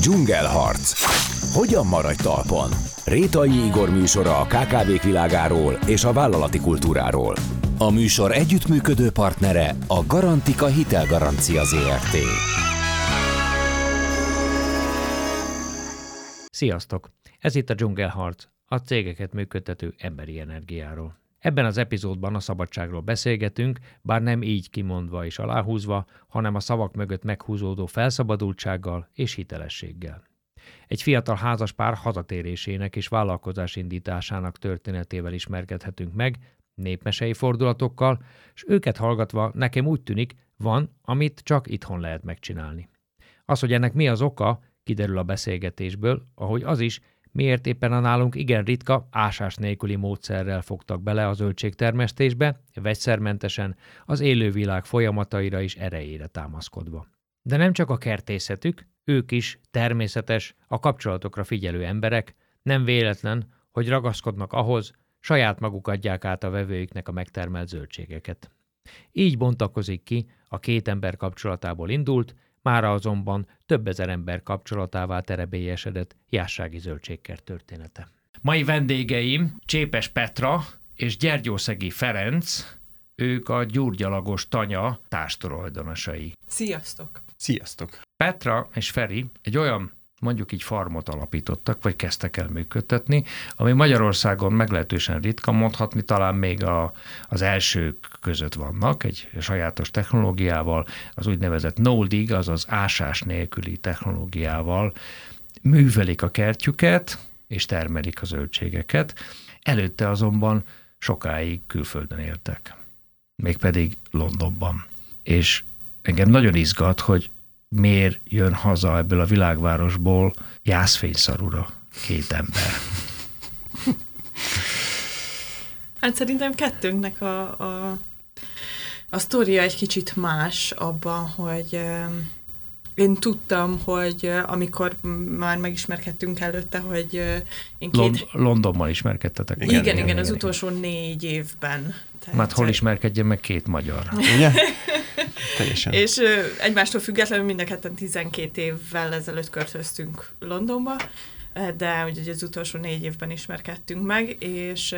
Dzsungelharc. Hogyan maradj talpon? Rétai Igor műsora a KKV-k világáról és a vállalati kultúráról. A műsor együttműködő partnere a Garantika Hitelgarancia Zrt. Sziasztok! Ez itt a Dzsungelharc, a cégeket működtető emberi energiáról. Ebben az epizódban a szabadságról beszélgetünk, bár nem így kimondva és aláhúzva, hanem a szavak mögött meghúzódó felszabadultsággal és hitelességgel. Egy fiatal házaspár hazatérésének és vállalkozásindításának történetével ismerkedhetünk meg, népmesei fordulatokkal, és őket hallgatva nekem úgy tűnik, van, amit csak itthon lehet megcsinálni. Az, hogy ennek mi az oka, kiderül a beszélgetésből, ahogy az is, miért éppen a nálunk igen ritka, ásás nélküli módszerrel fogtak bele a zöldségtermesztésbe, vegyszermentesen, az élővilág folyamataira és erejére támaszkodva. De nem csak a kertészetük, ők is természetes, a kapcsolatokra figyelő emberek, nem véletlen, hogy ragaszkodnak ahhoz, saját maguk adják át a vevőiknek a megtermelt zöldségeket. Így bontakozik ki a két ember kapcsolatából indult, mára azonban több ezer ember kapcsolatává terebélyesedett Jászsági zöldségkert története. Mai vendégeim Csépes Petra és Gyergyószegi Ferenc, ők a Gyurgyalagos Tanya társtulajdonosai. Sziasztok! Sziasztok! Petra és Feri egy olyan, mondjuk így farmot alapítottak, vagy kezdtek el működtetni, ami Magyarországon meglehetősen ritka, mondhatni talán még az elsők között vannak, egy sajátos technológiával, az úgynevezett no-dig, azaz ásás nélküli technológiával művelik a kertjüket, és termelik a zöldségeket. Előtte azonban sokáig külföldön éltek, mégpedig Londonban. És engem nagyon izgat, hogy miért jön haza ebből a világvárosból jászfényszarúra két ember. Hát szerintem kettőnknek a sztoria egy kicsit más abban, hogy én tudtam, hogy amikor már megismerkedtünk előtte, hogy én Londonban ismerkedtetek. Igen, az utolsó 4 évben. Hát hol ismerkedjen meg két magyar? Ugye? Teljesen. És egymástól függetlenül mind a ketten 12 évvel ezelőtt költöztünk Londonba, de ugye az utolsó 4 évben ismerkedtünk meg, és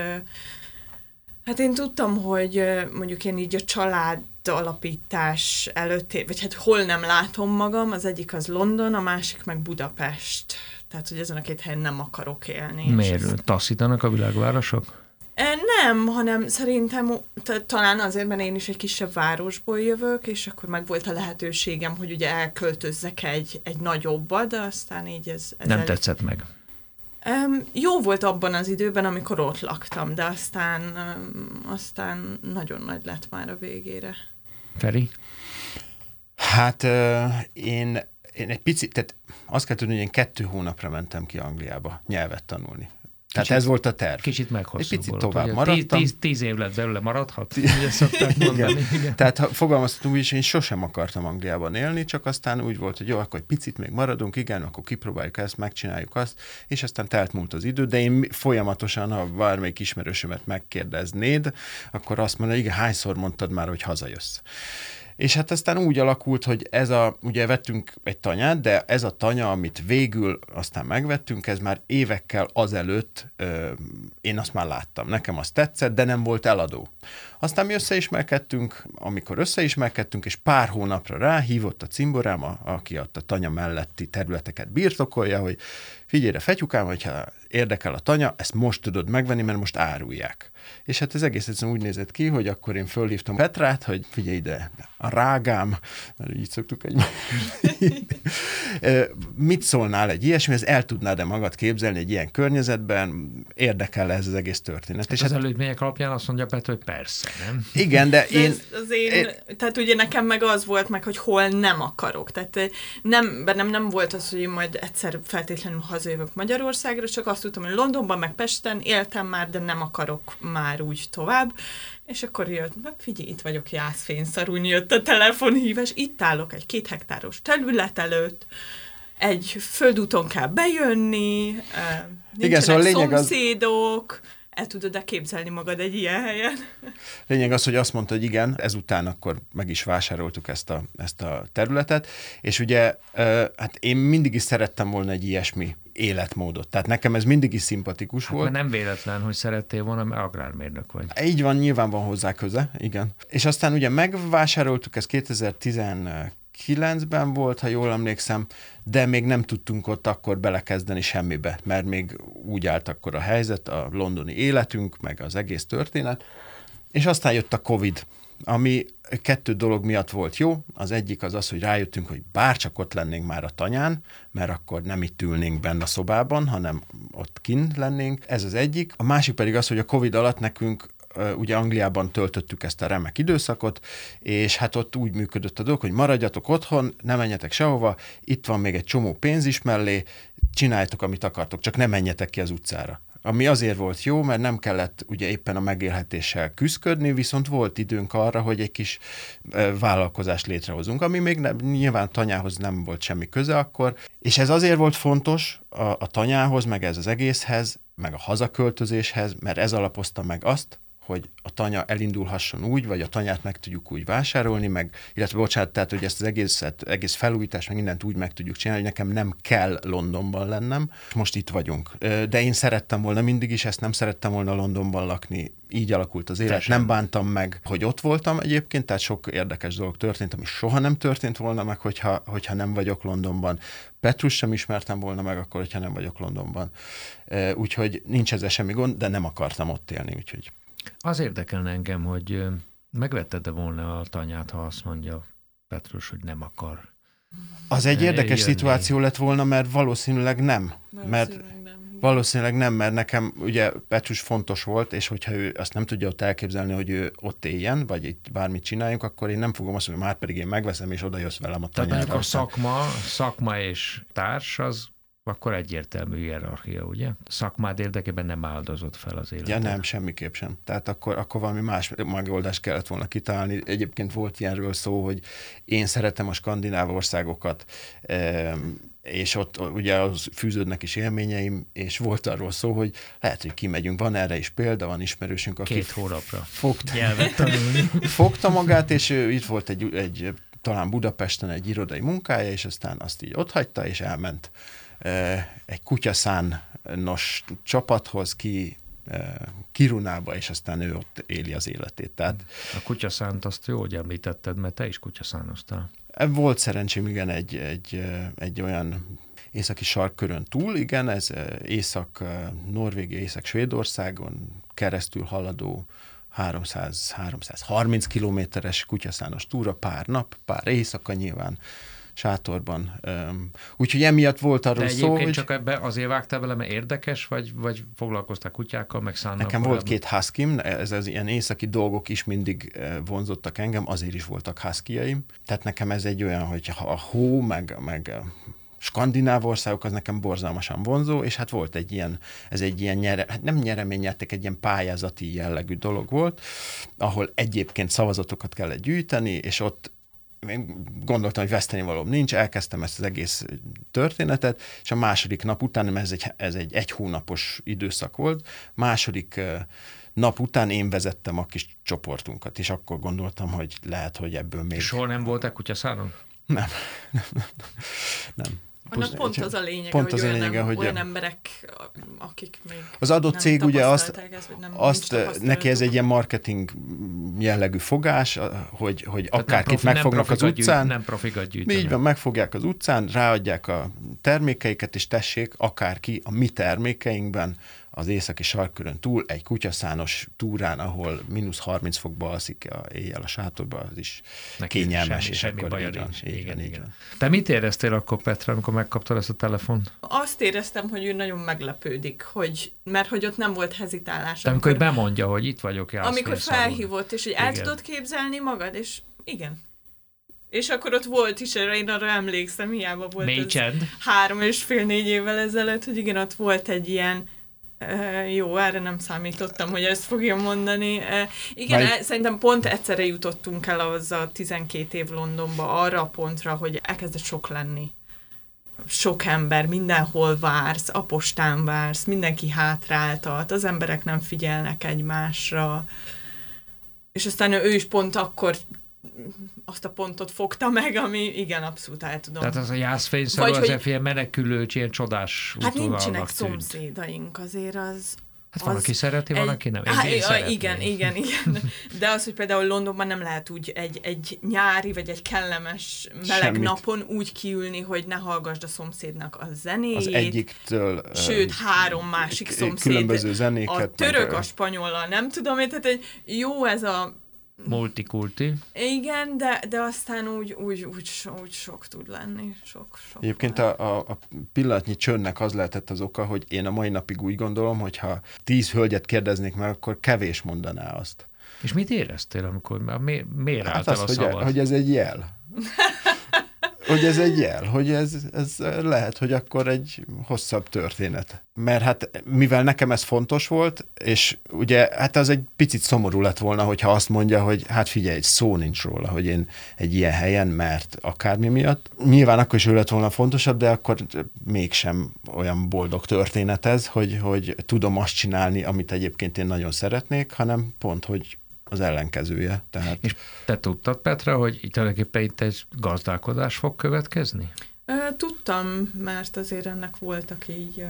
hát én tudtam, hogy mondjuk én így a család alapítás előtt, vagy hát hol nem látom magam, az egyik az London, a másik meg Budapest. Tehát, hogy ezen a két helyen nem akarok élni. Miért? Taszítanak a világvárosok? Nem, hanem szerintem talán azért, mert én is egy kisebb városból jövök, és akkor meg volt a lehetőségem, hogy ugye elköltözzek egy nagyobba, de aztán így ez nem tetszett meg. Jó volt abban az időben, amikor ott laktam, de aztán nagyon nagy lett már a végére. Feri? Hát én egy picit, tehát azt kell tudni, hogy én 2 hónapra mentem ki Angliába nyelvet tanulni. Tehát ez volt a terv. Kicsit meghosszúbb. Egy picit tovább maradtam. 10 év lett belőle, maradhat? Ugye szokták mondani. Igen. Tehát fogalmaztatunk úgy, és én sosem akartam Angliában élni, csak aztán úgy volt, hogy jó, akkor egy picit még maradunk, igen, akkor kipróbáljuk ezt, megcsináljuk azt, és aztán telt múlt az idő, de én folyamatosan, ha bármelyik ismerősömet megkérdeznéd, akkor azt mondja, igen, hányszor mondtad már, hogy hazajössz? És hát aztán úgy alakult, hogy ugye vettünk egy tanyát, de ez a tanya, amit végül aztán megvettünk, ez már évekkel azelőtt én azt már láttam. Nekem az tetszett, de nem volt eladó. Aztán mi összeismerkedtünk, és pár hónapra rá hívott a cimborám, aki a tanya melletti területeket birtokolja, hogy figyelj ide, Fetyukám, hogyha érdekel a tanya, ezt most tudod megvenni, mert most árulják. És hát ez egész egyszerűen úgy nézett ki, hogy akkor én fölhívtam Petrát, hogy figyelj ide, a rágám, mert így szoktuk mit szólnál egy ilyesmi, el tudnád-e magad képzelni egy ilyen környezetben, érdekel ez az egész történet? És az előzmények alapján azt mondja Petra, hogy persze, nem? Igen, de én... Tehát ugye nekem meg az volt meg, hogy hol nem akarok. Tehát bennem nem volt az, hogy én majd egyszer feltétlenül hazajövök Magyarországra, csak azt tudtam, hogy Londonban meg Pesten éltem már, de nem akarok már úgy tovább. És akkor jött, figyelj, itt vagyok jászfényszarún, jött a telefonhívás, itt állok egy 2 hektáros terület előtt, egy földúton kell bejönni, nincsenek szomszédok, el tudod-e képzelni magad egy ilyen helyen? Lényeg az, hogy azt mondta, hogy igen, ezután akkor meg is vásároltuk ezt a területet, és ugye hát én mindig is szerettem volna egy ilyesmi életmódot. Tehát nekem ez mindig is szimpatikus volt. Mert nem véletlen, hogy szerettél volna, mert agrármérnök vagy. Így van, nyilván van hozzá köze, igen. És aztán ugye megvásároltuk, ez 2019-ben volt, ha jól emlékszem, de még nem tudtunk ott akkor belekezdeni semmibe, mert még úgy állt akkor a helyzet, a londoni életünk, meg az egész történet, és aztán jött a Covid, ami 2 dolog miatt volt jó. Az egyik az, hogy rájöttünk, hogy bárcsak ott lennénk már a tanyán, mert akkor nem itt ülnénk benne a szobában, hanem ott kint lennénk. Ez az egyik. A másik pedig az, hogy a Covid alatt nekünk ugye Angliában töltöttük ezt a remek időszakot, és hát ott úgy működött a dolog, hogy maradjatok otthon, ne menjetek sehova, itt van még egy csomó pénz is mellé, csináljátok, amit akartok, csak ne menjetek ki az utcára. Ami azért volt jó, mert nem kellett ugye éppen a megélhetéssel küszködni, viszont volt időnk arra, hogy egy kis vállalkozást létrehozunk, ami még nyilván tanyához nem volt semmi köze akkor, és ez azért volt fontos a tanyához, meg ez az egészhez, meg a hazaköltözéshez, mert ez alapozta meg azt, hogy a tanya elindulhasson úgy, vagy a tanyát meg tudjuk úgy vásárolni, meg, illetve bocsánat, tehát, hogy ezt az egész felújítást, meg mindent úgy meg tudjuk csinálni, hogy nekem nem kell Londonban lennem. Most itt vagyunk. De én szerettem volna mindig is, ezt nem szerettem volna Londonban lakni. Így alakult az élet. Teljesen. Nem bántam meg, hogy ott voltam egyébként, tehát sok érdekes dolog történt, ami soha nem történt volna meg, hogyha nem vagyok Londonban. Petrus sem ismertem volna meg akkor, hogyha nem vagyok Londonban. Úgyhogy nincs ezzel semmi gond, de nem akartam ott élni, úgyhogy. Az érdekelne engem, hogy megvetted-e volna a tanyát, ha azt mondja Petrus, hogy nem akar. Az egy érdekes jönni. szituáció lett volna, mert valószínűleg nem. Valószínűleg nem, mert nekem ugye Petrus fontos volt, és hogyha ő azt nem tudja ott elképzelni, hogy ő ott éljen, vagy itt bármit csináljunk, akkor én nem fogom azt mondani, már pedig én megveszem, és oda jössz velem a Tehát tanyára. mondjuk a szakma és társ, az akkor egyértelmű hierarchia, ugye? A szakmád érdekében nem áldozott fel az életet. Ja nem, semmiképp sem. Tehát akkor valami más megoldást kellett volna kitalálni. Egyébként volt ilyenről szó, hogy én szeretem a skandináv országokat, és ott ugye az fűződnek is élményeim, és volt arról szó, hogy lehet, hogy kimegyünk. Van erre is példa, van ismerősünk, aki 2 hónapra nyelvet tanulni. Fogta magát, és ő itt volt egy talán Budapesten egy irodai munkája, és aztán azt így otthagyta, és elment egy kutyaszános csapathoz Kirunába, és aztán ő ott éli az életét. Tehát, a kutyaszánt azt jó, hogy említetted, mert te is kutyaszánoztál. volt szerencsém, igen, egy olyan északi sarkkörön túl, igen, ez Norvégia, Észak-Svédországon keresztül haladó 300-330 kilométeres kutyaszános túra, pár nap, pár éjszaka nyilván, sátorban. Úgyhogy emiatt volt arról szó, hogy... csak ebbe azért vágtál vele, mert érdekes, vagy foglalkoztál kutyákkal, meg szánnal? Nekem volt 2 huskym, ez ilyen északi dolgok is mindig vonzottak engem, azért is voltak huskyjaim. Tehát nekem ez egy olyan, hogy a hó, meg skandináv országok, az nekem borzalmasan vonzó, és hát volt egy ilyen, ez egy ilyen nem nyereményjáték, egy ilyen pályázati jellegű dolog volt, ahol egyébként szavazatokat kellett gyűjteni, és ott én gondoltam, hogy vesztenivalóm nincs, elkezdtem ezt az egész történetet, és a második nap után, ez egy hónapos időszak volt, második nap után én vezettem a kis csoportunkat, és akkor gondoltam, hogy lehet, hogy ebből még... Soha nem voltak kutyaszáron? Nem. Annak pont az a lényege, hogy olyan emberek, akik még az adott nem cég ugye azt neki ez egy ilyen marketing jellegű fogás, hogy akárkit megfognak az utcán. Nem profikat gyűjtenek. Így van, megfogják az utcán, ráadják a termékeiket, és tessék akárki a mi termékeinkben az északi sarkkörön túl, egy kutyaszános túrán, ahol -30 fokba alszik éjjel a sátorba, az is neki kényelmes. Semmi baja nincs. Igen. Te mit éreztél akkor, Petra, amikor megkaptad ezt a telefont? Azt éreztem, hogy ő nagyon meglepődik, mert hogy ott nem volt hezitálás. De amikor bemondja, hogy itt vagyok, amikor felhívott, és hogy el tudod képzelni magad, és igen. És akkor ott volt is, én arra emlékszem, hiába volt mély csend. 3,5-4 évvel ezelőtt, hogy igen, ott volt egy ilyen jó, erre nem számítottam, hogy ezt fogja mondani. Igen, szerintem pont egyszerre jutottunk el az a 12 év Londonba arra a pontra, hogy elkezdett sok lenni. sok ember, mindenhol vársz, a postán vársz, mindenki hátráltat, az emberek nem figyelnek egymásra, és aztán ő is pont akkor azt a pontot fogta meg, ami igen, abszolút el tudom. Tehát az a jászfényszerű, az hogy... ilyen menekülő, ilyen csodás Hát nincsenek tűnt. szomszédaink, azért az... Hát van, aki szereti, van, aki nem. Igen. De az, hogy például Londonban nem lehet úgy egy nyári, vagy egy kellemes meleg Semmit. napon úgy kiülni, hogy ne hallgassd a szomszédnak a zenéjét. Az egyiktől... Sőt, 3 másik szomszéd. Különböző zenéket. A török, a spanyollal, nem tudom én, tehát egy jó ez a... Multikulti. Igen, de aztán úgy sok tud lenni. Sok Egyébként a pillanatnyi csöndnek az lehetett az oka, hogy én a mai napig úgy gondolom, hogy ha 10 hölgyet kérdeznék meg, akkor kevés mondaná azt. És mit éreztél, amikor miért Hát álltál az, a szavad? hogy ez egy jel. Hogy ez egy jel, hogy ez lehet, hogy akkor egy hosszabb történet. Mert hát mivel nekem ez fontos volt, és ugye hát az egy picit szomorú lett volna, hogyha azt mondja, hogy hát figyelj, szó nincs róla, hogy én egy ilyen helyen, mert akármi miatt. Nyilván akkor is ő lett volna fontosabb, de akkor mégsem olyan boldog történet ez, hogy tudom azt csinálni, amit egyébként én nagyon szeretnék, hanem pont, hogy az ellenkezője. Tehát... És te tudtad, Petra, hogy itt tulajdonképpen itt egy gazdálkodás fog következni? Tudtam, mert azért ennek voltak így...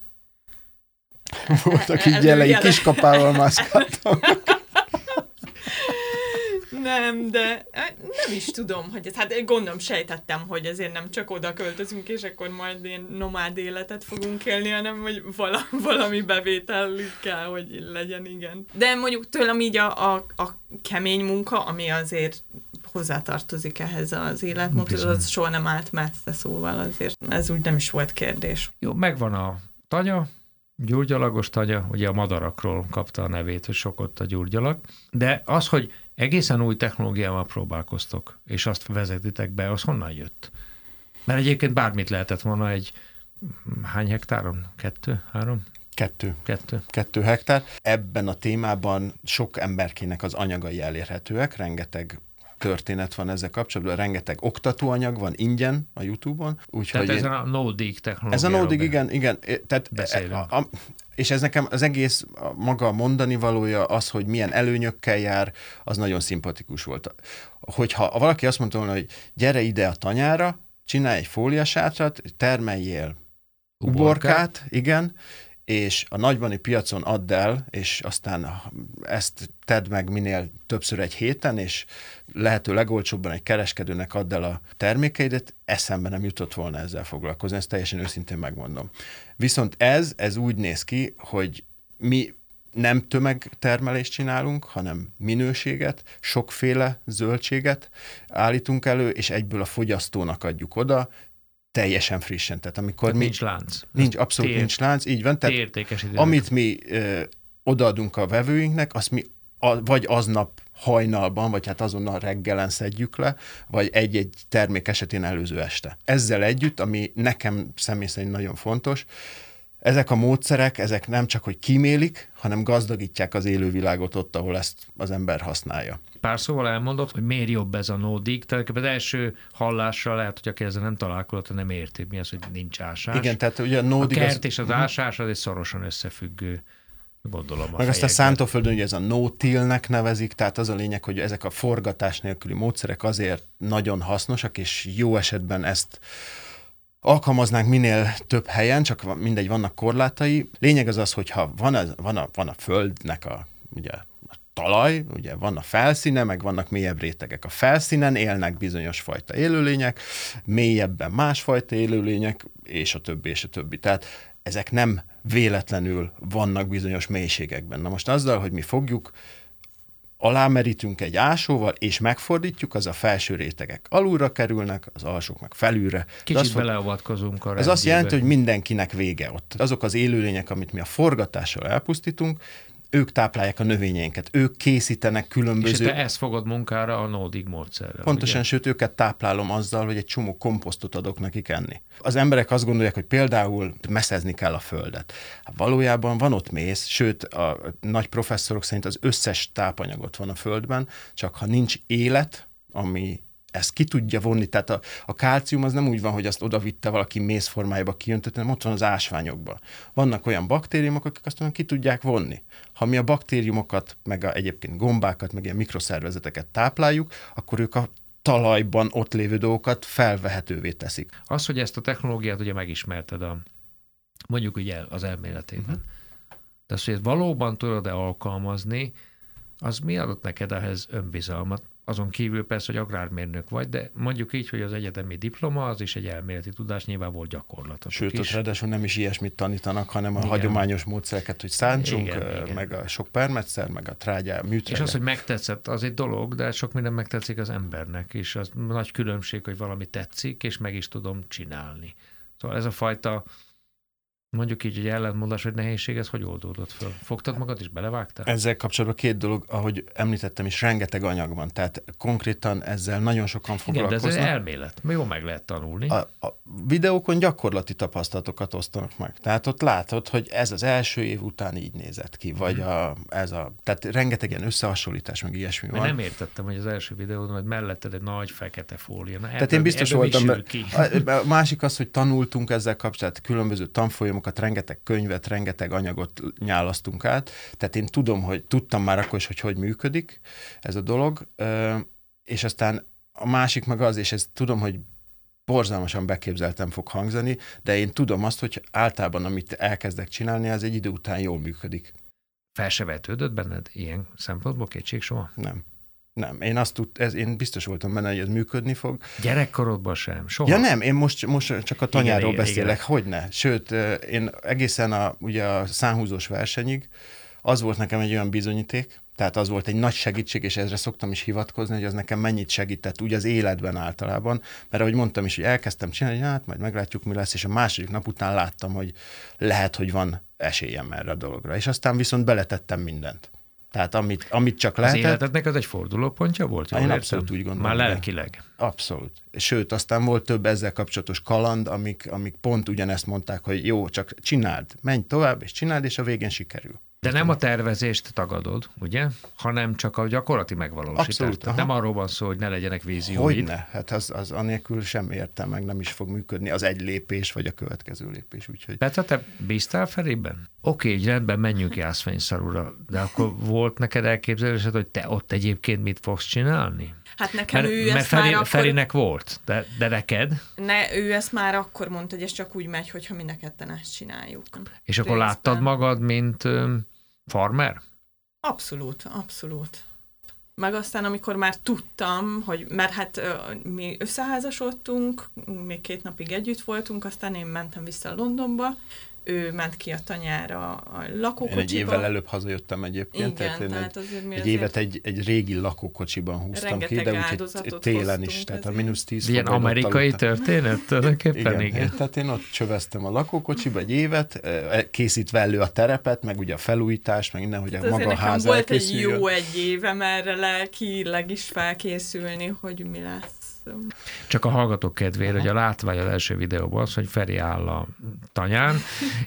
Voltak így jelei, kiskapával mászkáltam. Nem, de nem is tudom, hogy ez, hát gondolom sejtettem, hogy ezért nem csak oda költözünk, és akkor majd ilyen nomád életet fogunk élni, hanem hogy valami bevételük kell, hogy legyen, igen. De mondjuk tőlem így a kemény munka, ami azért hozzátartozik ehhez az életmódhoz, az soha nem állt messze, szóval azért ez úgy nem is volt kérdés. Jó, megvan a tanya, gyurgyalagos tanya, ugye a madarakról kapta a nevét, hogy sok ott a gyurgyalag, de az, hogy egészen új technológiával próbálkoztok, és azt vezetitek be, az honnan jött? Mert egyébként bármit lehetett volna egy hány hektáron? 2, 3? 2 hektár. Ebben a témában sok emberkének az anyagai elérhetőek, rengeteg történet van ezzel kapcsolatban, rengeteg oktatóanyag van ingyen a YouTube-on. Tehát ezen a no-dig technológiáról. Ez a no-dig, igen. Tehát és ez nekem az egész maga mondani valója az, hogy milyen előnyökkel jár, az nagyon szimpatikus volt. Hogyha valaki azt mondta volna, hogy gyere ide a tanyára, csinálj egy fóliasátrat, termeljél uborkát, igen, és a nagybani piacon add el, és aztán ezt tedd meg minél többször egy héten, és lehető legolcsóbban egy kereskedőnek add el a termékeidet, eszembe nem jutott volna ezzel foglalkozni, ezt teljesen őszintén megmondom. Viszont ez úgy néz ki, hogy mi nem tömegtermelést csinálunk, hanem minőséget, sokféle zöldséget állítunk elő, és egyből a fogyasztónak adjuk oda, teljesen frissen. Tehát amikor nincs lánc. Nincs lánc, így van. Tehát amit mi odaadunk a vevőinknek, azt mi vagy aznap hajnalban, vagy hát azonnal reggelen szedjük le, vagy egy-egy termék esetén előző este. Ezzel együtt, ami nekem személy szerint nagyon fontos, ezek a módszerek, ezek nem csak, hogy kímélik, hanem gazdagítják az élővilágot ott, ahol ezt az ember használja. Pár szóval elmondod, hogy miért jobb ez a no-dig, tehát az első hallásra lehet, hogy aki ezzel nem találkozott, nem érti, mi az, hogy nincs ásás. Igen, tehát ugye a no-dig... A kert és az ásás az egy szorosan összefüggő, gondolom. Meg azt a szántóföldön ugye ez a no-till-nek nevezik, tehát az a lényeg, hogy ezek a forgatás nélküli módszerek azért nagyon hasznosak, és jó esetben ezt alkalmaznánk minél több helyen, csak mindegy, vannak korlátai. Lényeg az, hogyha van a földnek ugye a talaj, ugye van a felszíne, meg vannak mélyebb rétegek. A felszínen élnek bizonyos fajta élőlények, mélyebben másfajta élőlények, és a többi. Tehát ezek nem véletlenül vannak bizonyos mélységekben. Na most azzal, hogy mi fogjuk, alámerítünk egy ásóval, és megfordítjuk, az a felső rétegek alulra kerülnek, az alsók meg felülre. Kicsit beleavatkozunk a rendjébe. Ez azt jelenti, hogy mindenkinek vége ott. Azok az élőlények, amit mi a forgatással elpusztítunk, ők táplálják a növényeinket, ők készítenek különböző... És te ezt fogod munkára a no-dig módszerrel. Pontosan, ugye? Sőt, őket táplálom azzal, hogy egy csomó komposztot adok nekik enni. Az emberek azt gondolják, hogy például messzezni kell a földet. Valójában van ott mész, sőt, a nagy professzorok szerint az összes tápanyagot van a földben, csak ha nincs élet, ami ezt ki tudja vonni. Tehát a kálcium az nem úgy van, hogy azt odavitte valaki mézformájába kijöntött, hanem ott van az ásványokban. Vannak olyan baktériumok, akik azt ki tudják vonni. Ha mi a baktériumokat, meg egyébként gombákat, meg ilyen mikroszervezeteket tápláljuk, akkor ők a talajban ott lévő dolgokat felvehetővé teszik. Az, hogy ezt a technológiát ugye megismerted mondjuk ugye az elméletében, de azt, hogy ezt valóban tudod-e alkalmazni, az mi adott neked ehhez önbizalmat? Azon kívül persze, hogy agrármérnök vagy, de mondjuk így, hogy az egyetemi diploma, az is egy elméleti tudás, nyilván volt gyakorlatot. Sőt, ott ráadásul nem is ilyesmit tanítanak, hanem a hagyományos módszereket, hogy szántsunk, meg a sok permetszer, meg a trágyá, műtrágyá. És az, hogy megtetszett, az egy dolog, de sok minden megtetszik az embernek, és az nagy különbség, hogy valami tetszik, és meg is tudom csinálni. Szóval ez a fajta, mondjuk így, hogy ellentmondás, vagy nehézség, ez hogy oldódott föl? Fogtad magad is, belevágtál? Ezzel kapcsolatban két dolog, ahogy említettem is, rengeteg anyag van, tehát konkrétan ezzel nagyon sokan foglalkoznak. Igen, de ez elmélet. Jó meg lehet tanulni. A videókon gyakorlati tapasztalatokat osztanak meg. Tehát ott látod, hogy ez az első év után így nézett ki, vagy tehát rengeteg ilyen összehasonlítás, meg ilyesmi van. Nem értettem, hogy az első videóban, hogy melletted egy nagy fekete fólia. Tehát én biztos voltam, a másik az, hogy tanultunk ezzel kapcsolatban, különböző tanfolyamokat, rengeteg könyvet, rengeteg anyagot nyálasztunk át, tehát én tudtam már akkor is, hogy működik ez a dolog, és aztán a másik meg az, és ezt tudom, hogy borzalmasan beképzeltem fog hangzani, de én tudom azt, hogy általában, amit elkezdek csinálni, az egy idő után jól működik. Fel se vetődött benned ilyen szempontból kétség soha? Nem, én biztos voltam benne, hogy ez működni fog. Gyerekkorodban sem? Soha? Ja nem, én most csak a tanyáról beszélek, igen. hogyne. Sőt, én egészen ugye a szánhúzós versenyig az volt nekem egy olyan bizonyíték, tehát az volt egy nagy segítség, és ezre szoktam is hivatkozni, hogy az nekem mennyit segített úgy az életben általában, mert ahogy mondtam is, hogy elkezdtem csinálni, hát majd meglátjuk, mi lesz, és a második nap után láttam, hogy lehet, hogy van esélyem erre a dologra. És aztán viszont beletettem mindent. Tehát amit csak lehetett. Az életednek az egy fordulópontja volt? Én abszolút úgy gondolom. Már lelkileg? Abszolút. Sőt, aztán volt több ezzel kapcsolatos kaland, amik pont ugyanezt mondták, hogy jó, csak csináld, menj tovább, és csináld, és a végén sikerül. De nem a tervezést tagadod, ugye? Hanem csak a gyakorlati megvalósítást. Abszolút. Tehát nem arról van szó, hogy ne legyenek vízióid. Hogyne? Hát az anélkül sem értem, meg nem is fog működni az egy lépés, vagy a következő lépés. Úgyhogy... Petra, te bíztál Feriben? Oké, rendben, menjünk Jászfényszarúra, de akkor volt neked elképzelésed, hogy te ott egyébként mit fogsz csinálni? Hát nekem mert Ferinek volt, de neked? Ő ezt már akkor mondta, hogy ez csak úgy megy, hogyha mind a ketten ezt csináljuk. És akkor láttad magad, mint farmer? Abszolút. Meg aztán, amikor már tudtam, mert hát mi összeházasodtunk, még 2 napig együtt voltunk, aztán én mentem vissza Londonba, ő ment ki a tanyára a lakókocsiba. Én egy évvel előbb hazajöttem egyébként. Igen, tehát egy évet egy régi lakókocsiban húztam ki, de úgy télen is, tehát a -10 ilyen amerikai történet tulajdonképpen, igen. Tehát én ott csöveztem a lakókocsiba egy évet, készítve elő a terepet, meg ugye a felújítás, meg innen, hogy a maga a ház volt egy jó egy évem erre lelkileg is felkészülni, hogy mi lesz. Csak a hallgatók kedvére, hogy a látvány az első videóban az, hogy Feri áll a tanyán,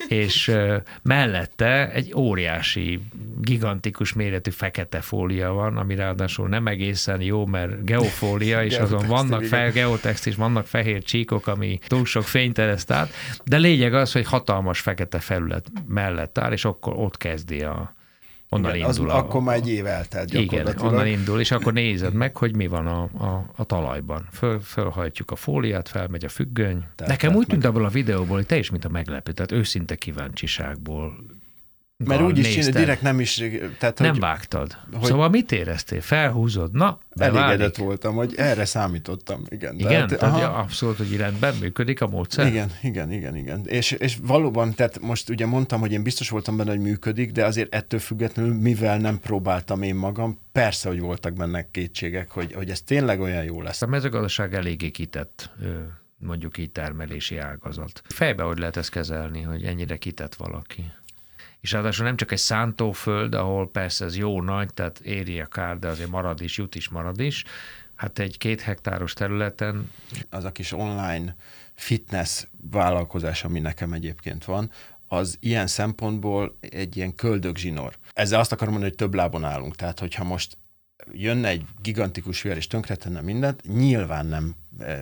és mellette egy óriási, gigantikus méretű fekete fólia van, ami ráadásul nem egészen jó, mert geofólia, és azon vannak geotextil, és vannak fehér csíkok, ami túl sok fényt ereszt át, de lényeg az, hogy hatalmas fekete felület mellett áll, és akkor ott kezdi onnan igen, indul. Akkor már egy év eltelt gyakorlatilag. Igen, onnan indul, és akkor nézed meg, hogy mi van a talajban. Fölhajtjuk a fóliát, felmegy a függöny. Nekem úgy tűnt abból a videóból, hogy te is, mint a meglepő, tehát őszinte kíváncsiságból. Mert úgy is csinálni, direkt nem is... Tehát, nem vágtad. Szóval mit éreztél? Felhúzod? Na, elégedett voltam, hogy erre számítottam. Igen, igen, tehát abszolút, hogy rendben működik a módszer? Igen. És valóban, tehát most ugye mondtam, hogy én biztos voltam benne, hogy működik, de azért ettől függetlenül, mivel nem próbáltam én magam, persze, hogy voltak benne kétségek, hogy ez tényleg olyan jó lesz. A mezőgazdaság eléggé kitett, mondjuk így termelési ágazat. Fejbe hogy lehet ezt kezelni, hogy ennyire kitett valaki? És ráadásul nem csak egy szántóföld, ahol persze ez jó nagy, tehát éri a kár, de azért marad is, marad is. Hát egy 2 hektáros területen... Az a kis online fitness vállalkozás, ami nekem egyébként van, az ilyen szempontból egy ilyen köldögzsinór. Ezzel azt akarom mondani, hogy több lábon állunk. Tehát, hogyha most jönne egy gigantikus vihar és tönkretenne mindent, nyilván nem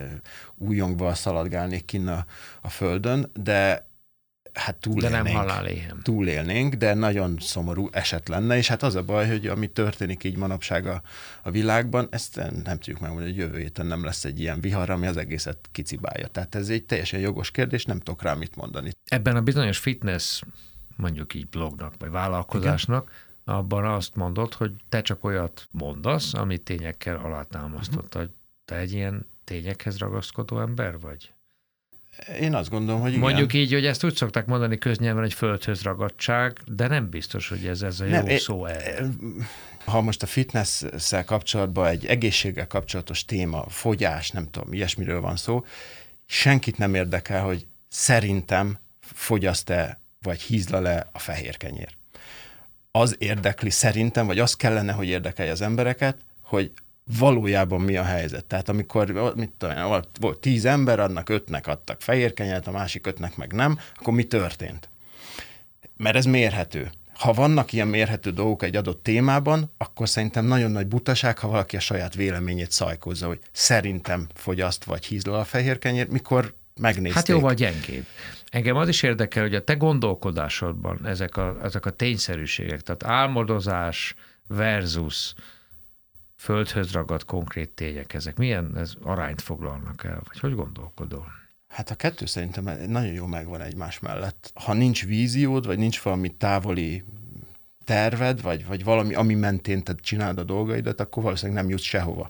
újongva szaladgálnék kinn a földön, de hát túlélnénk. De nem haláléhem. Túlélnénk, de nagyon szomorú eset lenne, és hát az a baj, hogy ami történik így manapság a világban, ezt nem tudjuk megmondani, hogy jövő héten nem lesz egy ilyen vihar, ami az egészet kicibálja. Tehát ez egy teljesen jogos kérdés, nem tudok rá mit mondani. Ebben a bizonyos fitness, mondjuk így blognak, vagy vállalkozásnak, abban azt mondod, hogy te csak olyat mondasz, amit tényekkel alátámasztott. Te egy ilyen tényekhez ragaszkodó ember vagy? Én azt gondolom, hogy igen. Mondjuk így, hogy ezt úgy szokták mondani köznyelven, hogy földhöz ragadtság, de nem biztos, hogy ez a jó szó erre. Ha most a fitness-szel kapcsolatban egy egészséggel kapcsolatos téma, fogyás, nem tudom, ilyesmiről van szó, senkit nem érdekel, hogy szerintem fogyaszt-e, vagy hízlal-e a fehér kenyér. Az érdekli szerintem, vagy az kellene, hogy érdekelje az embereket, hogy valójában mi a helyzet. Tehát amikor volt 10 ember, annak 5-nek adtak fehér kenyeret, a másik 5-nek meg nem, akkor mi történt? Mert ez mérhető. Ha vannak ilyen mérhető dolgok egy adott témában, akkor szerintem nagyon nagy butaság, ha valaki a saját véleményét szajkozza, hogy szerintem fogyaszt vagy hízlal a fehér kenyér, mikor megnézték. Hát jóval gyengébb. Engem az is érdekel, hogy a te gondolkodásodban ezek a tényszerűségek, tehát álmodozás versus földhöz ragadt konkrét tények, ezek milyen arányt foglalnak el, vagy hogy gondolkodol? Hát a kettő szerintem nagyon jó megvan egymás mellett. Ha nincs víziód, vagy nincs valami távoli terved, vagy valami, ami mentén te csinálod a dolgaidat, akkor valószínűleg nem jutsz sehova.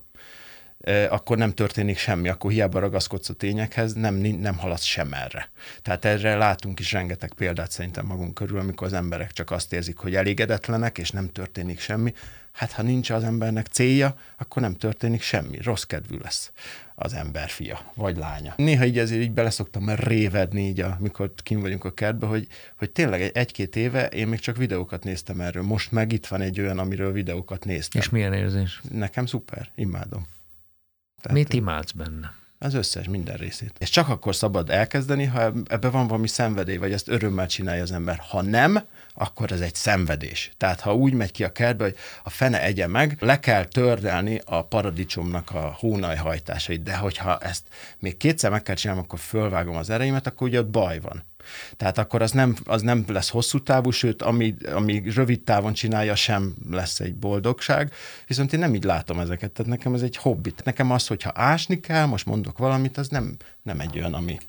Akkor nem történik semmi, akkor hiába ragaszkodsz a tényekhez, nem haladsz sem erre. Tehát erre látunk is rengeteg példát szerintem magunk körül, amikor az emberek csak azt érzik, hogy elégedetlenek, és nem történik semmi. Hát ha nincs az embernek célja, akkor nem történik semmi. Rossz kedvű lesz az ember fia, vagy lánya. Néha így ezért így beleszoktam révedni, így amikor kint vagyunk a kertben, hogy tényleg egy-két éve én még csak videókat néztem erről. Most meg itt van egy olyan, amiről videókat néztem. És milyen érzés? Nekem szuper, imádom. Tehát mit imádsz benne? Az összes, minden részét. És csak akkor szabad elkezdeni, ha ebben van valami szenvedély, vagy ezt örömmel csinálja az ember. Ha nem, akkor ez egy szenvedés. Tehát ha úgy megy ki a kertbe, hogy a fene egye meg, le kell tördelni a paradicsomnak a hónajhajtásait, de hogyha ezt még kétszer meg kell csinálnom, akkor fölvágom az ereimet, akkor ugye ott baj van. Tehát akkor az nem lesz hosszú távú, sőt, ami rövid távon csinálja, sem lesz egy boldogság. Viszont én nem így látom ezeket, tehát nekem ez egy hobbi. Nekem az, hogyha ásni kell, most mondok valamit, az nem egy olyan, ami...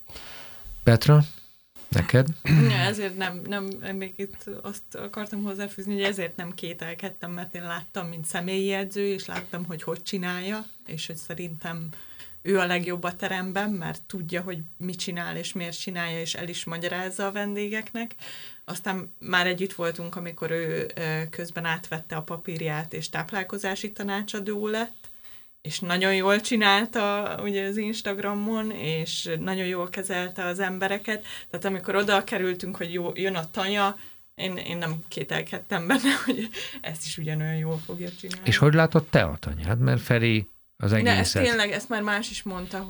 Petra, neked? Ja, ezért nem, még itt azt akartam hozzáfűzni, hogy ezért nem kételkedtem, mert én láttam, mint személyi edző, és láttam, hogy csinálja, és hogy szerintem ő a legjobb a teremben, mert tudja, hogy mit csinál, és miért csinálja, és el is magyarázza a vendégeknek. Aztán már együtt voltunk, amikor ő közben átvette a papírját, és táplálkozási tanácsadó lett, és nagyon jól csinálta ugye az Instagramon, és nagyon jól kezelte az embereket. Tehát amikor oda kerültünk, hogy jön a tanya, én nem kételkedtem benne, hogy ezt is ugyanolyan jól fogja csinálni. És hogy látod te a tanyád? Mert Feri az egészet... Tényleg, ezt már más is mondta,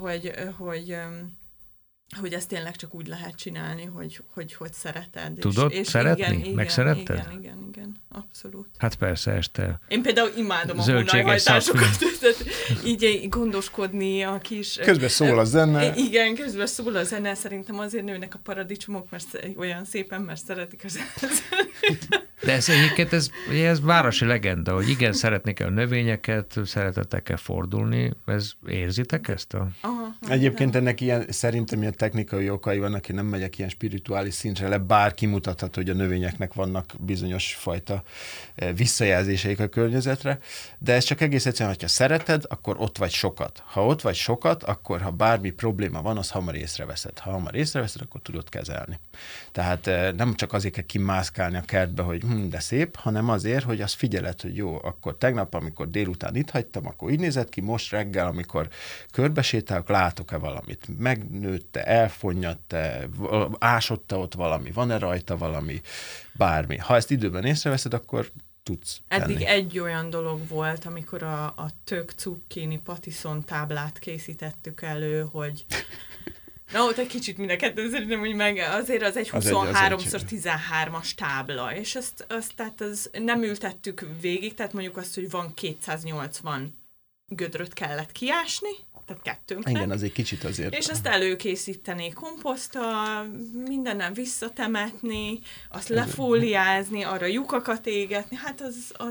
hogy ezt tényleg csak úgy lehet csinálni, hogy szereted. Tudod és szeretni? Igen, megszeretted? Igen, abszolút. Hát persze, este. Én például imádom a hónajhajtásokat, így gondoskodni a kis... Közben szól a zene. Igen, közben szól a zene, szerintem azért nőnek a paradicsomok, mert olyan szépen, mert szeretik az De ez egyébként, ez városi legenda, hogy igen, szeretni kell a növényeket, szeretettel kell fordulni. Érzitek ezt? Egyébként ennek szerintem ilyen technikai okai vannak, én nem megyek ilyen spirituális szintre le, bár kimutathat, hogy a növényeknek vannak bizonyos fajta visszajelzéseik a környezetre, de ez csak egész egyszerűen, hogyha szereted, akkor ott vagy sokat. Ha ott vagy sokat, akkor ha bármi probléma van, az hamar észreveszed. Ha hamar észreveszed, akkor tudod kezelni. Tehát nem csak azért kell kimászkálni a kertbe, hogy de szép, hanem azért, hogy azt figyeled, hogy jó, akkor tegnap, amikor délután itt hagytam, akkor így nézett ki, most reggel, amikor körbesétálok, látok-e valamit? Megnőtte, elfonnyadta, ásodta ott valami, van-e rajta valami, bármi. Ha ezt időben észreveszed, akkor tudsz Eddig tenni. egy olyan dolog volt, amikor a tök cukkini patiszon táblát készítettük elő, hogy Na, ott egy kicsit mind a kettő szerintem, hogy meg azért az egy 23x13-as tábla, és az nem ültettük végig, tehát mondjuk azt, hogy van 280 gödröt kellett kiásni, tehát kettőnknek. Igen, az egy kicsit azért. És azt előkészíteni komposzttal, mindennel visszatemetni, azt lefóliázni, arra lyukakat égetni, hát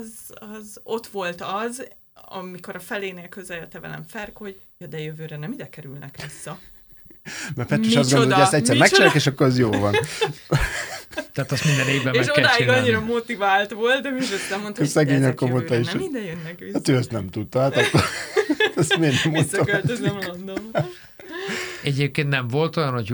az ott volt az, amikor a felénél közelte velem Ferko, hogy ja, de jövőre nem ide kerülnek vissza. Mert Petrus azt gondolja, hogy ezt egyszer megcsinálják, és akkor az jó van. Tehát azt minden évben meg és kell odáig csinálni. annyira motivált voltam, és aztán mondta, hogy Szegény ezek akkor mondta jövőre is, nem hogy- ide jönnek vissza. Hát ő ezt nem tudta, hát akkor ezt miért nem mondtam. Visszaköltözöm Londonba. Egyébként nem volt olyan, hogy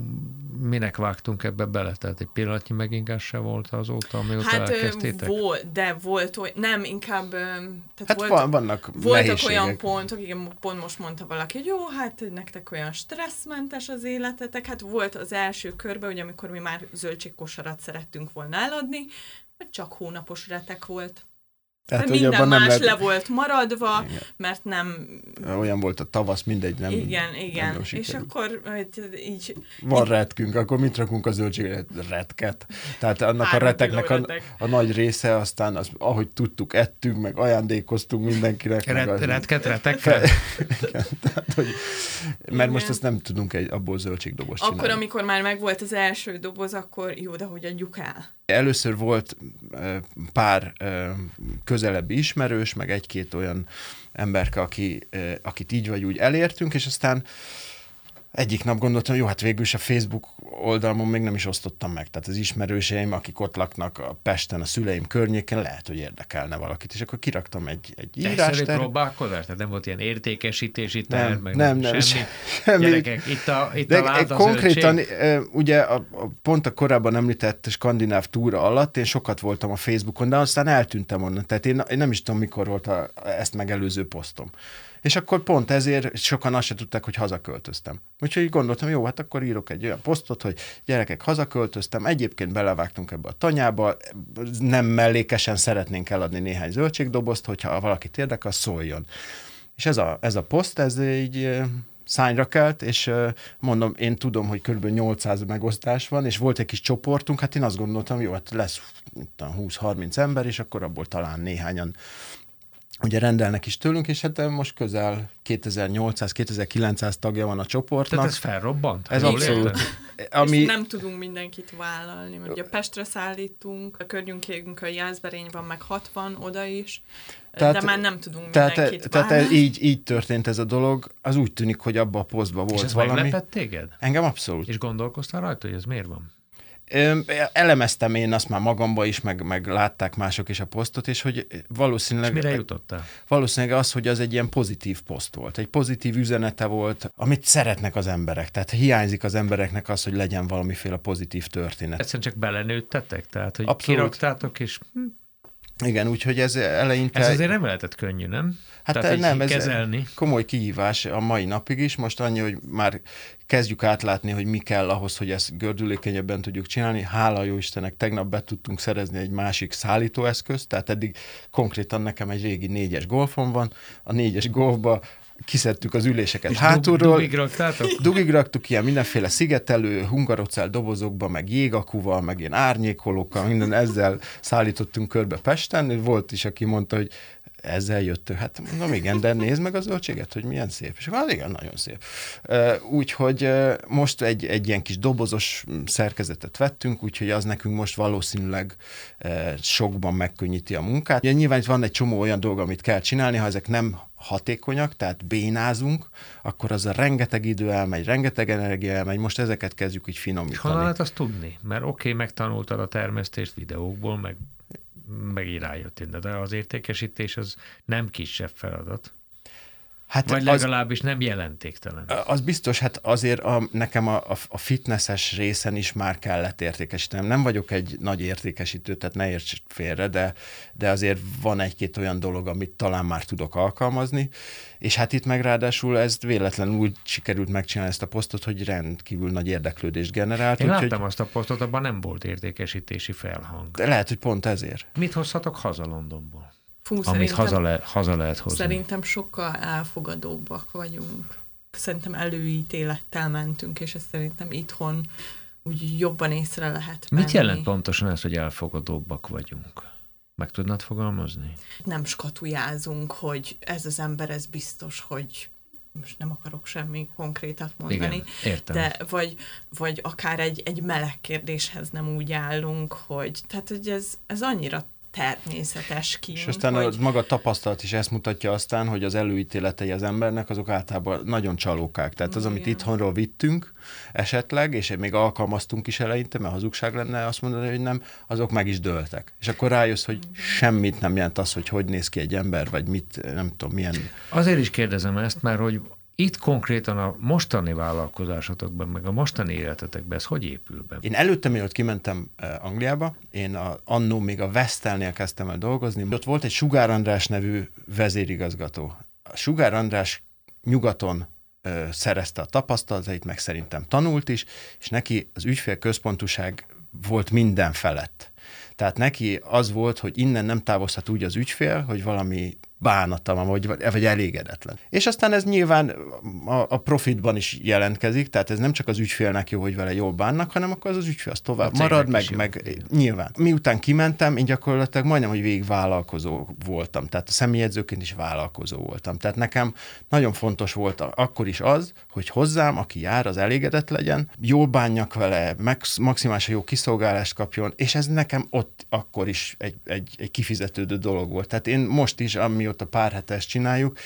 minek vágtunk ebbe bele? Tehát egy pillanatnyi megingás se volt azóta, amióta Hát elkezdtétek? volt olyan, nem, inkább, tehát Hát vannak voltak nehézségek. olyan pontok, igen, pont most mondta valaki, hogy jó, hát nektek olyan stresszmentes az életetek, hát volt az első körben, ugye amikor mi már zöldségkosarat szerettünk volna eladni, csak hónapos retek volt. Tehát, Minden abban más nem lehet, le volt maradva, Igen. mert nem... olyan volt a tavasz, mindegy, nem. Igen. nem És sikerült. akkor így... Van retkünk, akkor mit rakunk a zöldségre? Retket. Tehát annak a 3 reteknek kiló retek. a nagy része, aztán ahogy tudtuk, ettünk, meg ajándékoztunk mindenkinek. meg az- Retekkel? Igen, tehát, hogy, mert Igen. most ezt nem tudunk abból zöldségdobost csinálni. Akkor, amikor már megvolt az első doboz, akkor jó, de hogy adjuk el? Először volt pár közelebbi ismerős, meg egy-két olyan emberke, akit így vagy úgy elértünk, és aztán egyik nap gondoltam, jó, hát végül is a Facebook oldalon még nem is osztottam meg. Tehát az ismerőseim, akik ott laknak a Pesten, a szüleim környéken, lehet, hogy érdekelne valakit. És akkor kiraktam egy Egyszerű írást. próbálkozás? Tehát nem volt ilyen értékesítési terv, meg nem, semmi. semmi. Gyerekek, itt a De láda konkrétan, zöldség. ugye pont a korábban említett skandináv túra alatt én sokat voltam a Facebookon, de aztán eltűntem onnan. Tehát én nem is tudom, mikor volt ezt megelőző posztom. És akkor pont ezért sokan azt se tudták, hogy hazaköltöztem. Úgyhogy gondoltam, jó, hát akkor írok egy olyan posztot, hogy gyerekek, hazaköltöztem, egyébként belevágtunk ebbe a tanyába, nem mellékesen szeretnénk eladni néhány zöldségdobozt, hogyha valakit érdekel, szóljon. És ez a poszt, ez így szányra kelt, és mondom, én tudom, hogy kb. 800 megosztás van, és volt egy kis csoportunk, hát én azt gondoltam, jó, hát lesz 20-30 ember, és akkor abból talán néhányan ugye rendelnek is tőlünk, és hát most közel 2800-2900 tagja van a csoportnak. Tehát ez felrobbant? Ez Jól abszolút. értem? És nem tudunk mindenkit vállalni, mert ugye a Pestre szállítunk, a környékünk a Jászberény van, meg 60 oda is, de már nem tudunk mindenkit tehát vállalni. így történt ez a dolog. Az úgy tűnik, hogy abban a posztban És volt ez valami. meglepett téged? Engem abszolút. És gondolkoztál rajta, hogy ez miért van? Elemeztem én azt már magamba is, meg látták mások is a posztot, és hogy valószínűleg... És mire jutottál? Valószínűleg az, hogy az egy ilyen pozitív poszt volt. Egy pozitív üzenete volt, amit szeretnek az emberek. Tehát hiányzik az embereknek az, hogy legyen valamiféle pozitív történet. Egyszerűen csak belenőttetek? Tehát, hogy Abszolút. kiraktátok, és Igen, úgyhogy ez eleinte... ez azért nem lehetett könnyű, nem? Hát Tehát nem, ez kezelni. komoly kihívás a mai napig is. Most annyi, hogy már kezdjük átlátni, hogy mi kell ahhoz, hogy ezt gördülékenyebben tudjuk csinálni. Hála jó Istennek, tegnap be tudtunk szerezni egy másik szállítóeszközt, tehát eddig konkrétan nekem egy régi 4-es golfom van. A 4-es golfba kiszedtük az üléseket És hátulról. dugig raktátok? Dugig raktuk ilyen mindenféle szigetelő, hungarocell dobozokba, meg jégakuval, meg ilyen árnyékolókkal, minden ezzel szállítottunk körbe Pesten. Volt is, aki mondta, hogy ezzel jöttök. Hát mondom, igen, de nézd meg a zöldséget, hogy milyen szép. És hát igen, nagyon szép. Úgyhogy most egy ilyen kis dobozos szerkezetet vettünk, úgyhogy az nekünk most valószínűleg sokban megkönnyíti a munkát. Ugye nyilván itt van egy csomó olyan dolog, amit kell csinálni, ha ezek nem hatékonyak, tehát bénázunk, akkor az a rengeteg idő elmegy, rengeteg energia elmegy, most ezeket kezdjük így És honnan finomítani. lehet azt tudni? Mert oké, megtanultad a termesztést videókból, meg így rájöttél, de az értékesítés az nem kisebb feladat. Hát Vagy legalábbis nem jelentéktelen. Az biztos, hát azért nekem a fitnesses részen is már kellett értékesítenem. Nem vagyok egy nagy értékesítő, tehát ne érts félre, de azért van egy-két olyan dolog, amit talán már tudok alkalmazni, és hát itt meg ráadásul ezt véletlenül úgy sikerült megcsinálni ezt a posztot, hogy rendkívül nagy érdeklődést generált. Én láttam azt a posztot, abban nem volt értékesítési felhang. De lehet, hogy pont ezért. Mit hozhatok haza Londonból? Fú, Amit haza lehet hozni. Szerintem sokkal elfogadóbbak vagyunk. szerintem előítélettel mentünk, és ezt szerintem itthon úgy jobban észre lehet Mit venni. jelent pontosan ez, hogy elfogadóbbak vagyunk? Meg tudnád fogalmazni? Nem skatujázunk, hogy ez az ember, ez biztos, hogy most nem akarok semmi konkrétat mondani, Igen, értem. de vagy akár egy meleg kérdéshez nem úgy állunk, hogy ez annyira természetes kint. És aztán hogy... a maga tapasztalat is ezt mutatja aztán, hogy az előítéletei az embernek, azok általában nagyon csalókák. Tehát az, amit itthonról vittünk esetleg, és még alkalmaztunk is eleinte, mert hazugság lenne azt mondani, hogy nem, azok meg is dőltek. És akkor rájössz, hogy semmit nem jelent az, hogy néz ki egy ember, vagy mit, nem tudom, milyen... Azért is kérdezem ezt, mert hogy itt konkrétan a mostani vállalkozásotokban, meg a mostani életetekben ez hogy épül be? Én előtte, mielőtt kimentem Angliába, én annó még a Vestelnél kezdtem el dolgozni. Ott volt egy Sugár András nevű vezérigazgató. A Sugár András nyugaton szerezte a tapasztalatait, meg szerintem tanult is, és neki az ügyfélközpontúság volt minden felett. Tehát neki az volt, hogy innen nem távozhat úgy az ügyfél, hogy valami bánata van, vagy elégedetlen. És aztán ez nyilván a profitban is jelentkezik, tehát ez nem csak az ügyfélnek jó, hogy vele jól bánnak, hanem akkor az ügyfél az tovább marad, meg nyilván. Miután kimentem, én gyakorlatilag majdnem, hogy végig vállalkozó voltam, tehát a személyedzőként is vállalkozó voltam. Tehát nekem nagyon fontos volt akkor is az, hogy hozzám, aki jár, az elégedett legyen, jól bánjak vele, maximálisan jó kiszolgálást kapjon, és ez nekem ott akkor is egy kifizetődő dolog volt. Tehát én most is, amióta pár hete ezt csináljuk,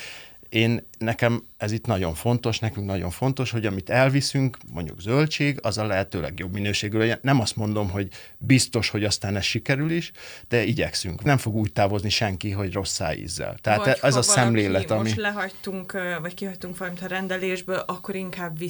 nekem ez itt nagyon fontos, nekünk nagyon fontos, hogy amit elviszünk, mondjuk zöldség, az a lehető legjobb minőségű legyen. Nem azt mondom, hogy biztos, hogy aztán ez sikerül is, de igyekszünk. Nem fog úgy távozni senki, hogy rossz szájízzel. Tehát vagy ez a szemlélet, ami... most lehagytunk, vagy kihagytunk valamit a rendelésből, akkor inkább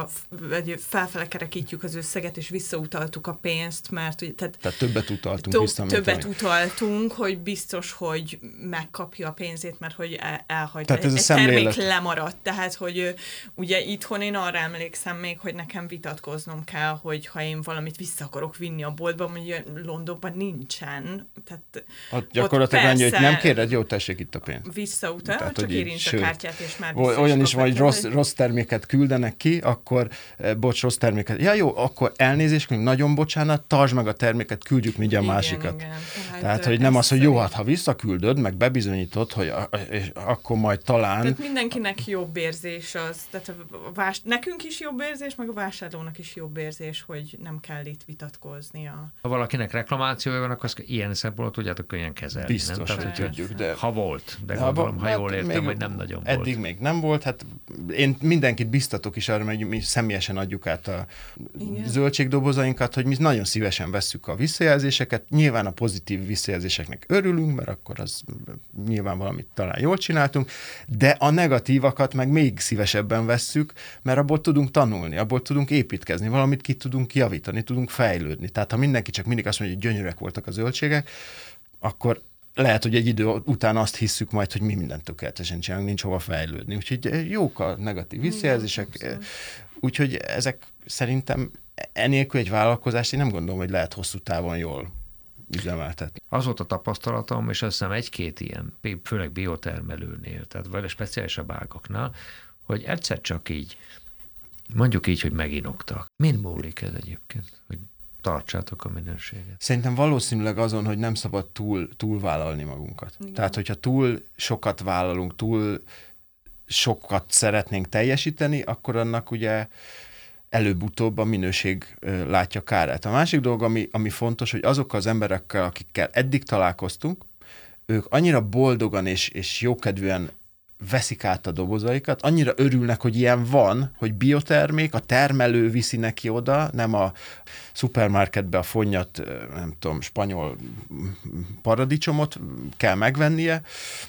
felfele kerekítjük az összeget, és visszautaltuk a pénzt, mert ugye, tehát többet utaltunk vissza. Többet utaltunk, hogy biztos, hogy megkapja a pénzét, mert hogy elhagyta. Tehát ez egy termék lemaradt. Tehát, hogy ugye itthon én arra emlékszem még, hogy nekem vitatkoznom kell, hogy ha én valamit vissza akarok vinni a boltba, mondjuk Londonban nincsen. Tehát gyakorlatilag annyi, hogy nem kéred, jó, tessék itt a pénz. Visszautal, csak érint a kártyát, és már olyan is van, hogy rossz terméket küldenek ki, akkor bocs, rossz terméket. Ja jó, akkor elnézést, még nagyon bocsánat, tartsd meg a terméket, küldjük mindjárt a másikat. Igen. Tehát, hogy nem az, hogy jó, hát ha visszaküldöd, meg bebizonyítod, hogy akkor majd talán... Tehát mindenkinek jobb érzés az, tehát nekünk is jobb érzés, meg a vásárlónak is jobb érzés, hogy nem kell itt vitatkoznia. Ha valakinek reklamációja van, akkor azt ilyen szempontból tudjátok könnyen kezelni. Biztos, nem? Tehát, tudjuk, de... Ha volt, de gondolom, ha jól értem, hogy nem nagyon volt. Eddig még nem volt, hát én mindenkit biztatok is arra, hogy mi személyesen adjuk át a zöldségdobozainkat, hogy mi nagyon szívesen vesszük a visszajelzéseket. Nyilván a pozitív visszajelzéseknek örülünk, mert akkor az nyilván valamit talán jól csináltunk, de a negatívakat meg még szívesebben vesszük, mert abból tudunk tanulni, abból tudunk építkezni, valamit ki tudunk javítani, tudunk fejlődni. Tehát ha mindenki csak mindig azt mondja, hogy gyönyörűek voltak a zöldségek, akkor lehet, hogy egy idő után azt hisszük majd, hogy mi mindent tökéletesen csinálunk, nincs hova fejlődni. Úgyhogy jók a negatív visszajelzések, úgyhogy ezek szerintem enélkül egy vállalkozást én nem gondolom, hogy lehet hosszú távon jól üzemeltetni. Az volt a tapasztalatom, és azt hiszem egy-két ilyen, főleg biotermelőnél, tehát vagy speciálisabb ágaknál, hogy egyszer csak így, mondjuk így, hogy meginoktak. Mind múlik ez egyébként, hogy tartsátok a minőséget? Szerintem valószínűleg azon, hogy nem szabad túl vállalni magunkat. Igen. Tehát, hogyha túl sokat vállalunk, túl sokat szeretnénk teljesíteni, akkor annak ugye előbb-utóbb a minőség látja kárát. A másik dolog, ami fontos, hogy azok az emberekkel, akikkel eddig találkoztunk, ők annyira boldogan és jókedvűen veszik át a dobozaikat, annyira örülnek, hogy ilyen van, hogy biotermék, a termelő viszi neki oda, nem a szupermarketbe a fonnyat, nem tudom, spanyol paradicsomot kell megvennie,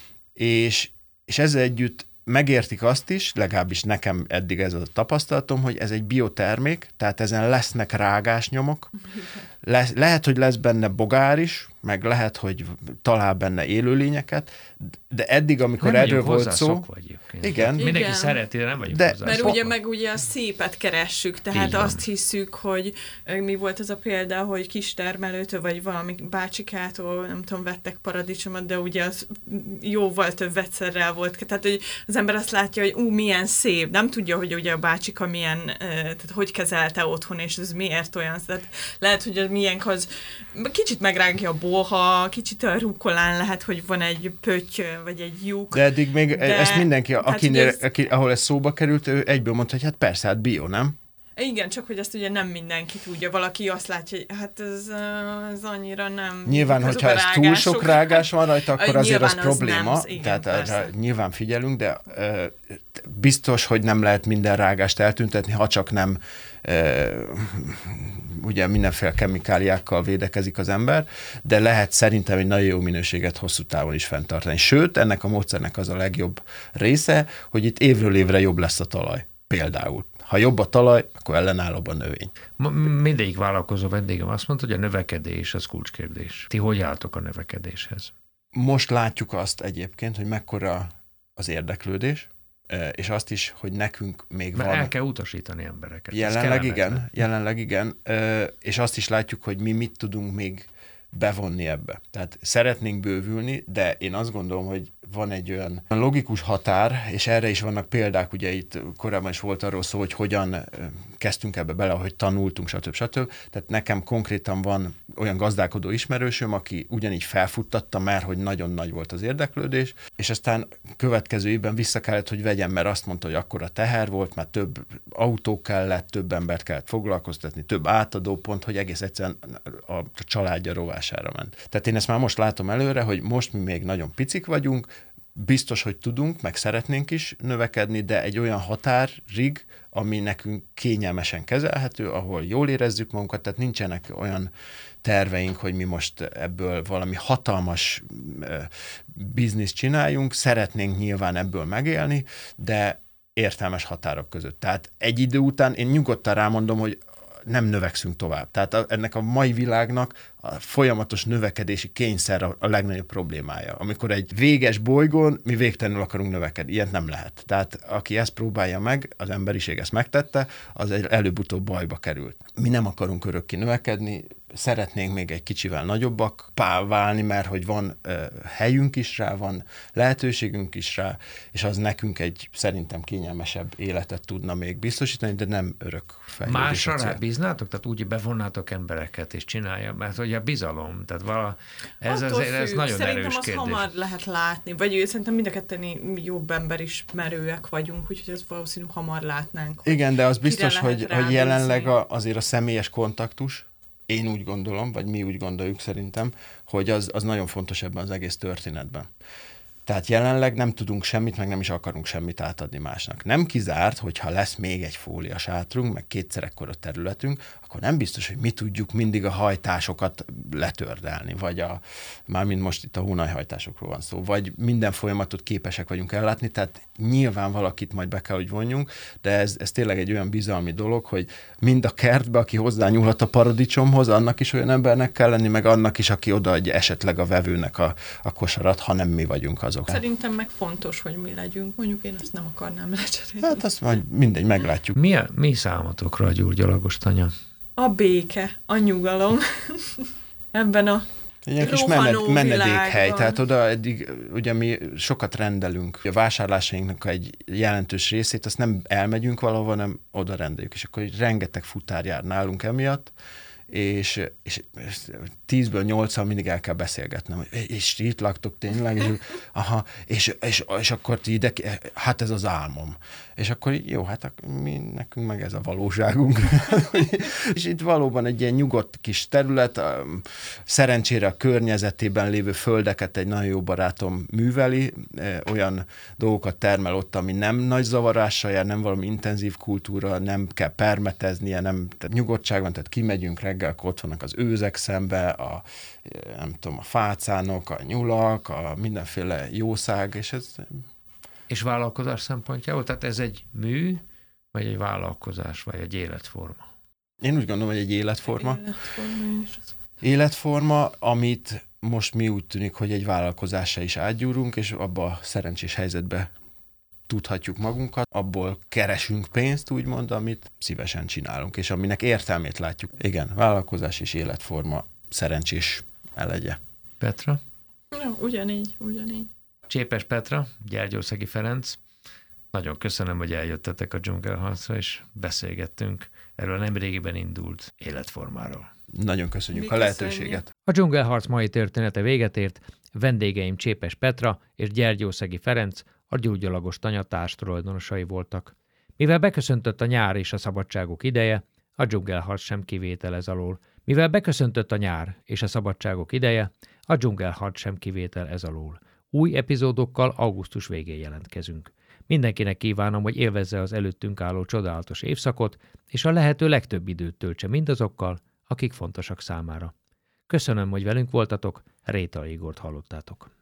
és ezzel együtt megértik azt is, legalábbis nekem eddig ez a tapasztalatom, hogy ez egy biotermék, tehát ezen lesznek rágásnyomok, Lehet, hogy lesz benne bogár is, meg lehet, hogy talál benne élőlényeket, de eddig, amikor nem erről volt szó... Igen. Mindenki Igen. szereti, de nem vagyunk De- hozzá. Mert ugye a szépet keressük, tehát Így van. azt hiszük, hogy mi volt az a példa, hogy kistermelőtől, vagy valami bácsikától, nem tudom, vettek paradicsomot, de ugye az jóval több vegyszerrel volt. Tehát, hogy az ember azt látja, hogy milyen szép, nem tudja, hogy ugye a bácsika milyen, tehát hogy kezelte otthon, és ez miért olyan. Tehát lehet, hogy a miénk az kicsit megrágja a bolha, kicsit a rukkolán lehet, hogy van egy pötty, vagy egy lyuk. De eddig még ezt mindenki, tehát, ahol ez szóba került, ő egyből mondta, hogy hát persze, hát bio, nem? Igen, csak hogy ezt ugye nem mindenki tudja. Valaki azt látja, hogy hát ez annyira nem... Nyilván, azok hogyha a ez túl sok rágás van rajta, akkor azért az nyilván az probléma. nem, igen, Tehát persze. erre nyilván figyelünk, de biztos, hogy nem lehet minden rágást eltüntetni, ha csak nem ugye mindenféle kemikáliákkal védekezik az ember, de lehet szerintem egy nagyon jó minőséget hosszú távon is fenntartani. Sőt, ennek a módszernek az a legjobb része, hogy itt évről évre jobb lesz a talaj. Például. Ha jobb a talaj, akkor ellenállóbb a növény. Mindegyik vállalkozó vendégem azt mondta, hogy a növekedés az kulcskérdés. Ti hogy álltok a növekedéshez? Most látjuk azt egyébként, hogy mekkora az érdeklődés, és azt is, hogy nekünk még Mert van... el kell utasítani embereket. Jelenleg igen, és azt is látjuk, hogy mi mit tudunk még bevonni ebbe. Tehát szeretnénk bővülni, de én azt gondolom, hogy van egy olyan logikus határ, és erre is vannak példák, ugye itt korábban is volt arról szó, hogy hogyan kezdtünk ebbe bele, hogy tanultunk, stb. Tehát nekem konkrétan van olyan gazdálkodó ismerősöm, aki ugyanígy felfuttatta, mert hogy nagyon nagy volt az érdeklődés, és aztán következő évben vissza kellett, hogy vegyem, mert azt mondta, hogy akkora teher volt, mert több autó kellett, több embert kellett foglalkoztatni, több átadópont, hogy egész egyszerűen a családja rovására ment. Tehát én ezt már most látom előre, hogy most mi még nagyon picik vagyunk, biztos, hogy tudunk, meg szeretnénk is növekedni, de egy olyan határig, ami nekünk kényelmesen kezelhető, ahol jól érezzük magunkat, tehát nincsenek olyan terveink, hogy mi most ebből valami hatalmas bizniszt csináljunk, szeretnénk nyilván ebből megélni, de értelmes határok között. Tehát egy idő után én nyugodtan rámondom, hogy nem növekszünk tovább. Tehát ennek a mai világnak a folyamatos növekedési kényszer a legnagyobb problémája. Amikor egy véges bolygón mi végtelenül akarunk növekedni, ilyet nem lehet. Tehát aki ezt próbálja meg, az emberiség ezt megtette, az előbb-utóbb bajba került. Mi nem akarunk örökké növekedni, szeretnénk még egy kicsivel nagyobbak válni, mert hogy van helyünk is rá, van lehetőségünk is rá, és az nekünk egy szerintem kényelmesebb életet tudna még biztosítani, de nem örök fejlődés. Másra rábíznátok? Tehát úgy bevonnátok embereket és csinálja, mert hogy a bizalom, tehát ez nagyon szerintem erős azt kérdés. hamar lehet látni, vagy szerintem mind a ketten jobb emberismerőek vagyunk, úgyhogy ezt valószínűleg hamar látnánk. Igen, de az biztos, lehet hogy rábízni. jelenleg azért a személyes kontaktus, én úgy gondolom, vagy mi úgy gondoljuk szerintem, hogy az nagyon fontos ebben az egész történetben. Tehát jelenleg nem tudunk semmit, meg nem is akarunk semmit átadni másnak. Nem kizárt, hogyha lesz még egy fóliasátrunk, meg kétszer ekkora területünk, akkor nem biztos, hogy mi tudjuk mindig a hajtásokat letördelni, vagy mármint most itt a hónajhajtásokról van szó, vagy minden folyamatot képesek vagyunk ellátni, tehát nyilván valakit majd be kell, hogy vonjunk, de ez tényleg egy olyan bizalmi dolog, hogy mind a kertbe, aki hozzányúlhat a paradicsomhoz, annak is olyan embernek kell lenni, meg annak is, aki odaadja esetleg a vevőnek a kosarat, ha nem mi vagyunk azok. Szerintem meg fontos, hogy mi legyünk. Mondjuk én azt nem akarnám lecserélni. Hát azt majd mindegy, meglátjuk. Mi számotokra a gyurgyalagos tanya? A béke, a nyugalom. Ebben a Egy ilyen kis rohanó menedékhely, világban. tehát oda eddig ugye mi sokat rendelünk. A vásárlásainknak egy jelentős részét, azt nem elmegyünk valahova, hanem oda rendeljük. És akkor rengeteg futár jár nálunk emiatt, és 10-ből 8-al mindig el kell beszélgetnem, hogy és itt laktok tényleg, és, aha, és akkor ti ide, hát ez az álmom. És akkor így, jó, hát nekünk meg ez a valóságunk. És itt valóban egy ilyen nyugodt kis terület, szerencsére a környezetében lévő földeket egy nagyon jó barátom műveli, olyan dolgokat termel ott, ami nem nagy zavarással jár, nem valami intenzív kultúra, nem kell permeteznie, tehát nyugodtság van, tehát kimegyünk reggel, akkor ott vannak az őzek szembe, nem tudom, a fácánok, a nyulak, a mindenféle jószág, és ez... És vállalkozás szempontjából? Tehát ez egy mű, vagy egy vállalkozás, vagy egy életforma? Én úgy gondolom, hogy egy életforma. Életforma is az. Életforma, amit most mi úgy tűnik, hogy egy vállalkozással is átgyúrunk, és abba a szerencsés helyzetbe tudhatjuk magunkat, abból keresünk pénzt, úgymond, amit szívesen csinálunk, és aminek értelmét látjuk. Igen, vállalkozás és életforma szerencsés elegye. Petra? Ja, ugyanígy. Csépes Petra, Gyergyószegi Ferenc, nagyon köszönöm, hogy eljöttetek a dzsungelharcra, és beszélgettünk erről a nemrégiben indult életformáról. Nagyon köszönjük Mi a lehetőséget. köszönjük. A dzsungelharc mai története véget ért, vendégeim Csépes Petra és Gyergyószegi Ferenc a Gyógyalagos Tanya társtulajdonosai voltak. Mivel beköszöntött a nyár és a szabadságok ideje, a dzsungelharc sem kivétel ez alól. Mivel beköszöntött a nyár és a szabadságok ideje, a dzsungelharc sem kivétel ez alól. Új epizódokkal augusztus végén jelentkezünk. Mindenkinek kívánom, hogy élvezze az előttünk álló csodálatos évszakot, és a lehető legtöbb időt töltse mindazokkal, akik fontosak számára. Köszönöm, hogy velünk voltatok, Rétai Igort hallottátok.